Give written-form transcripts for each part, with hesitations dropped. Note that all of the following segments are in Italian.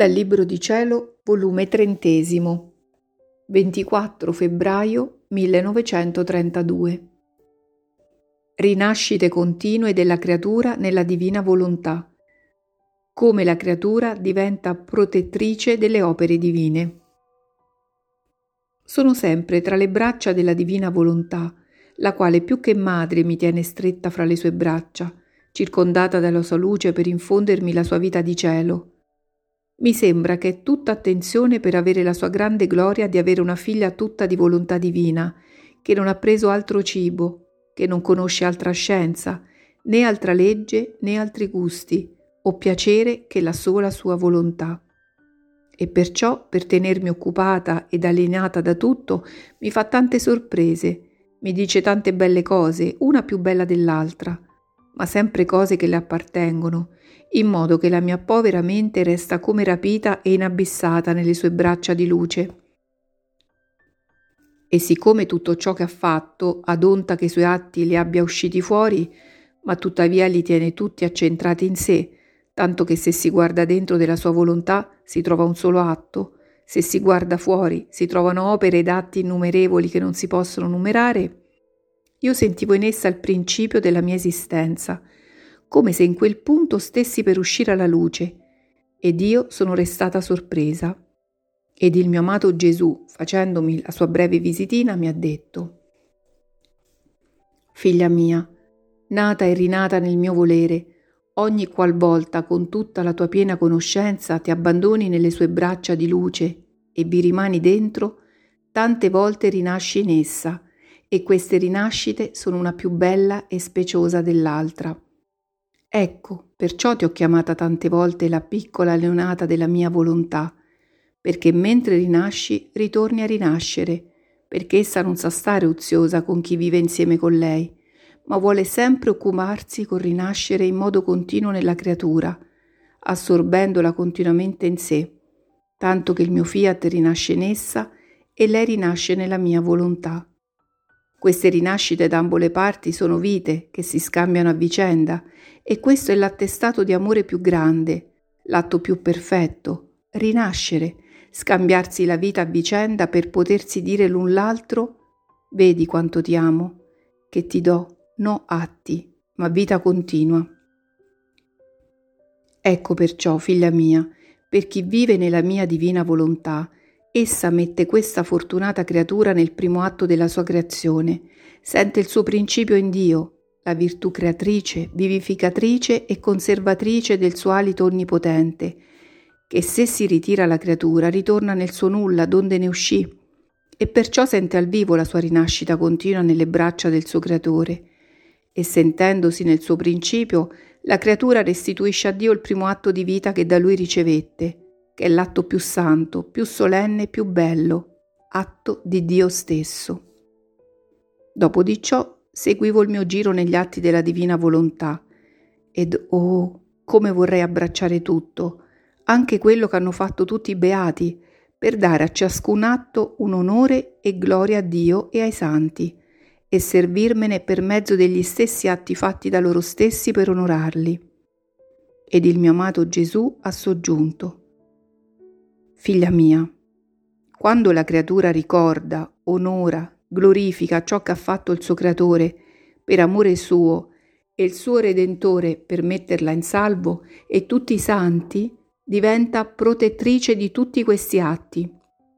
Dal Libro di Cielo, volume 30, 24 febbraio 1932. Rinascite continue della creatura nella divina volontà, come la creatura diventa protettrice delle opere divine. Sono sempre tra le braccia della divina volontà, la quale più che madre mi tiene stretta fra le sue braccia, circondata dalla sua luce per infondermi la sua vita di cielo. Mi sembra che è tutta attenzione per avere la sua grande gloria di avere una figlia tutta di volontà divina, che non ha preso altro cibo, che non conosce altra scienza, né altra legge né altri gusti o piacere che la sola sua volontà. E perciò, per tenermi occupata ed alienata da tutto, mi fa tante sorprese, mi dice tante belle cose, una più bella dell'altra, ma sempre cose che le appartengono, in modo che la mia povera mente resta come rapita e inabissata nelle sue braccia di luce. E siccome tutto ciò che ha fatto, adonta che i suoi atti li abbia usciti fuori, ma tuttavia li tiene tutti accentrati in sé, tanto che se si guarda dentro della sua volontà si trova un solo atto, se si guarda fuori si trovano opere ed atti innumerevoli che non si possono numerare, io sentivo in essa il principio della mia esistenza, come se in quel punto stessi per uscire alla luce, ed io sono restata sorpresa. Ed il mio amato Gesù, facendomi la sua breve visitina, mi ha detto: «Figlia mia, nata e rinata nel mio volere, ogni qualvolta con tutta la tua piena conoscenza ti abbandoni nelle sue braccia di luce e vi rimani dentro, tante volte rinasci in essa, e queste rinascite sono una più bella e speciosa dell'altra. Ecco, perciò ti ho chiamata tante volte la piccola leonata della mia volontà, perché mentre rinasci ritorni a rinascere, perché essa non sa stare oziosa con chi vive insieme con lei, ma vuole sempre occuparsi col rinascere in modo continuo nella creatura, assorbendola continuamente in sé, tanto che il mio fiat rinasce in essa e lei rinasce nella mia volontà. Queste rinascite da ambo le parti sono vite che si scambiano a vicenda, e questo è l'attestato di amore più grande, l'atto più perfetto, rinascere, scambiarsi la vita a vicenda per potersi dire l'un l'altro: vedi quanto ti amo, che ti do no atti, ma vita continua. Ecco perciò, figlia mia, per chi vive nella mia divina volontà, essa mette questa fortunata creatura nel primo atto della sua creazione, sente il suo principio in Dio, la virtù creatrice, vivificatrice e conservatrice del suo alito onnipotente, che se si ritira la creatura ritorna nel suo nulla donde ne uscì, e perciò sente al vivo la sua rinascita continua nelle braccia del suo creatore, e sentendosi nel suo principio, la creatura restituisce a Dio il primo atto di vita che da lui ricevette, che è l'atto più santo, più solenne e più bello, atto di Dio stesso. Dopo di ciò seguivo il mio giro negli atti della divina volontà, ed come vorrei abbracciare tutto, anche quello che hanno fatto tutti i beati, per dare a ciascun atto un onore e gloria a Dio e ai santi, e servirmene per mezzo degli stessi atti fatti da loro stessi per onorarli. Ed il mio amato Gesù ha soggiunto: figlia mia, quando la creatura ricorda, onora, glorifica ciò che ha fatto il suo creatore per amore suo e il suo Redentore per metterla in salvo e tutti i santi, diventa protettrice di tutti questi atti.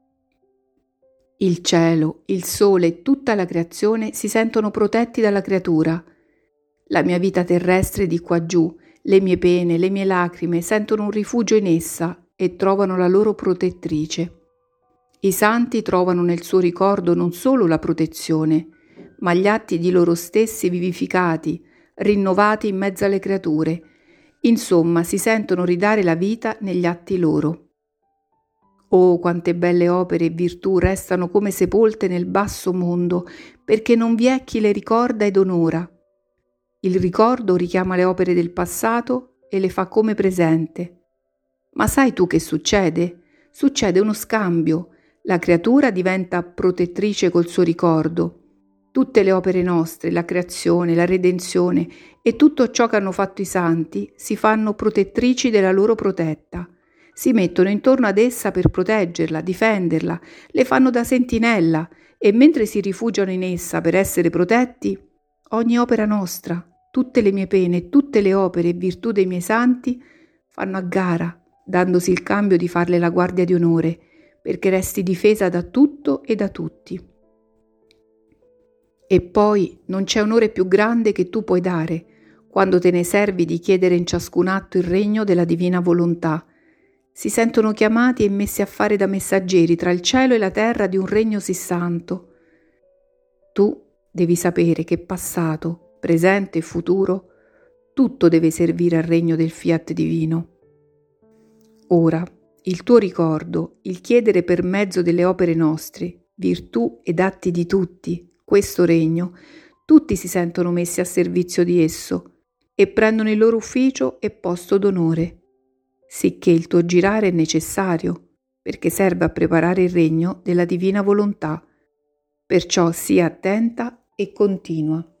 Il cielo, il sole e tutta la creazione si sentono protetti dalla creatura. La mia vita terrestre di qua giù, le mie pene, le mie lacrime sentono un rifugio in essa e trovano la loro protettrice. I santi trovano nel suo ricordo non solo la protezione, ma gli atti di loro stessi vivificati, rinnovati in mezzo alle creature. Insomma, si sentono ridare la vita negli atti loro. Oh, quante belle opere e virtù restano come sepolte nel basso mondo, perché non vi è chi le ricorda ed onora. Il ricordo richiama le opere del passato e le fa come presente. Ma sai tu che succede? Succede uno scambio. La creatura diventa protettrice col suo ricordo. Tutte le opere nostre, la creazione, la redenzione e tutto ciò che hanno fatto i santi si fanno protettrici della loro protetta. si mettono intorno ad essa per proteggerla, difenderla, le fanno da sentinella e mentre si rifugiano in essa per essere protetti, ogni opera nostra, tutte le mie pene, tutte le opere e virtù dei miei santi fanno a gara, dandosi il cambio di farle la guardia di onore, perché resti difesa da tutto e da tutti. E poi non c'è onore più grande che tu puoi dare, quando te ne servi di chiedere in ciascun atto il regno della divina volontà. Si sentono chiamati e messi a fare da messaggeri tra il cielo e la terra di un regno sì santo. Tu devi sapere che passato, presente e futuro, tutto deve servire al regno del fiat divino. Ora, il tuo ricordo, il chiedere per mezzo delle opere nostre, virtù ed atti di tutti, questo regno, tutti si sentono messi a servizio di esso e prendono il loro ufficio e posto d'onore, sicché il tuo girare è necessario, perché serve a preparare il regno della divina volontà. Perciò sii attenta e continua.